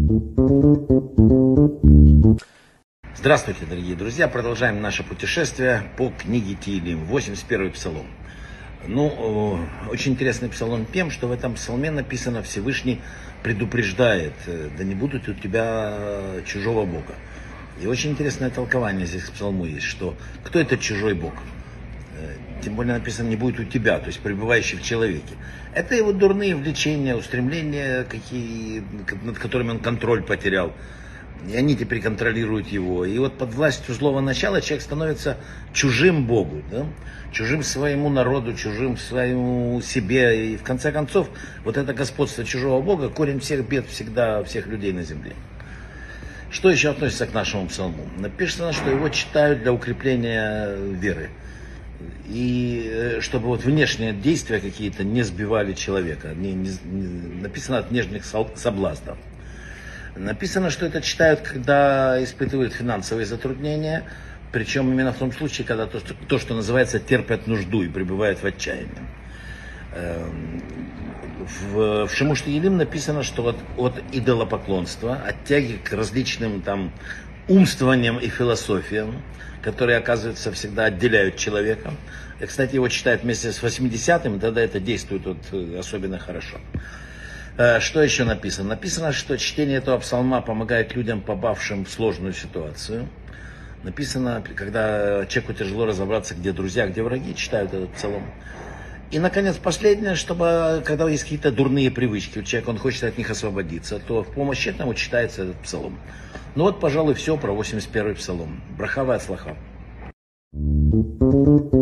Здравствуйте, дорогие друзья! Продолжаем наше путешествие по книге Теилим, 81-й псалом. Очень интересный псалом тем, что в этом псалме написано: Всевышний предупреждает, да не будет у тебя чужого Бога. И очень интересное толкование здесь к псалму есть, что кто этот чужой Бог? Тем более написано: не будет у тебя, то есть пребывающий в человеке. Это его дурные влечения, устремления, над которыми он контроль потерял. И они теперь контролируют его. И вот под властью злого начала человек становится чужим Богу, да? Чужим своему народу, чужим своему себе. И в конце концов, вот это господство чужого Бога — корень всех бед всегда всех людей на земле. Что еще относится к нашему псалму? Написано, что его читают для укрепления веры. И чтобы вот внешние действия какие-то не сбивали человека. Написано: от нежных соблазнов. Написано, что это читают, когда испытывают финансовые затруднения, причем именно в том случае, когда то, что называется, терпят нужду и пребывают в отчаянии. В Шемуш Теилим написано, что от идолопоклонства, от тяги к различным там умствованиям и философиям, которые, оказывается, всегда отделяют человека. И, кстати, его читают вместе с 80-м, тогда это действует особенно хорошо. Что еще написано? Написано, что чтение этого псалма помогает людям, попавшим в сложную ситуацию. Написано, когда человеку тяжело разобраться, где друзья, где враги, читают этот псалом. И, наконец, последнее, чтобы, когда есть какие-то дурные привычки у человека, он хочет от них освободиться, то в помощь этому читается этот псалом. Ну вот, пожалуй, все про 81-й псалом. Браха ве ацлаха.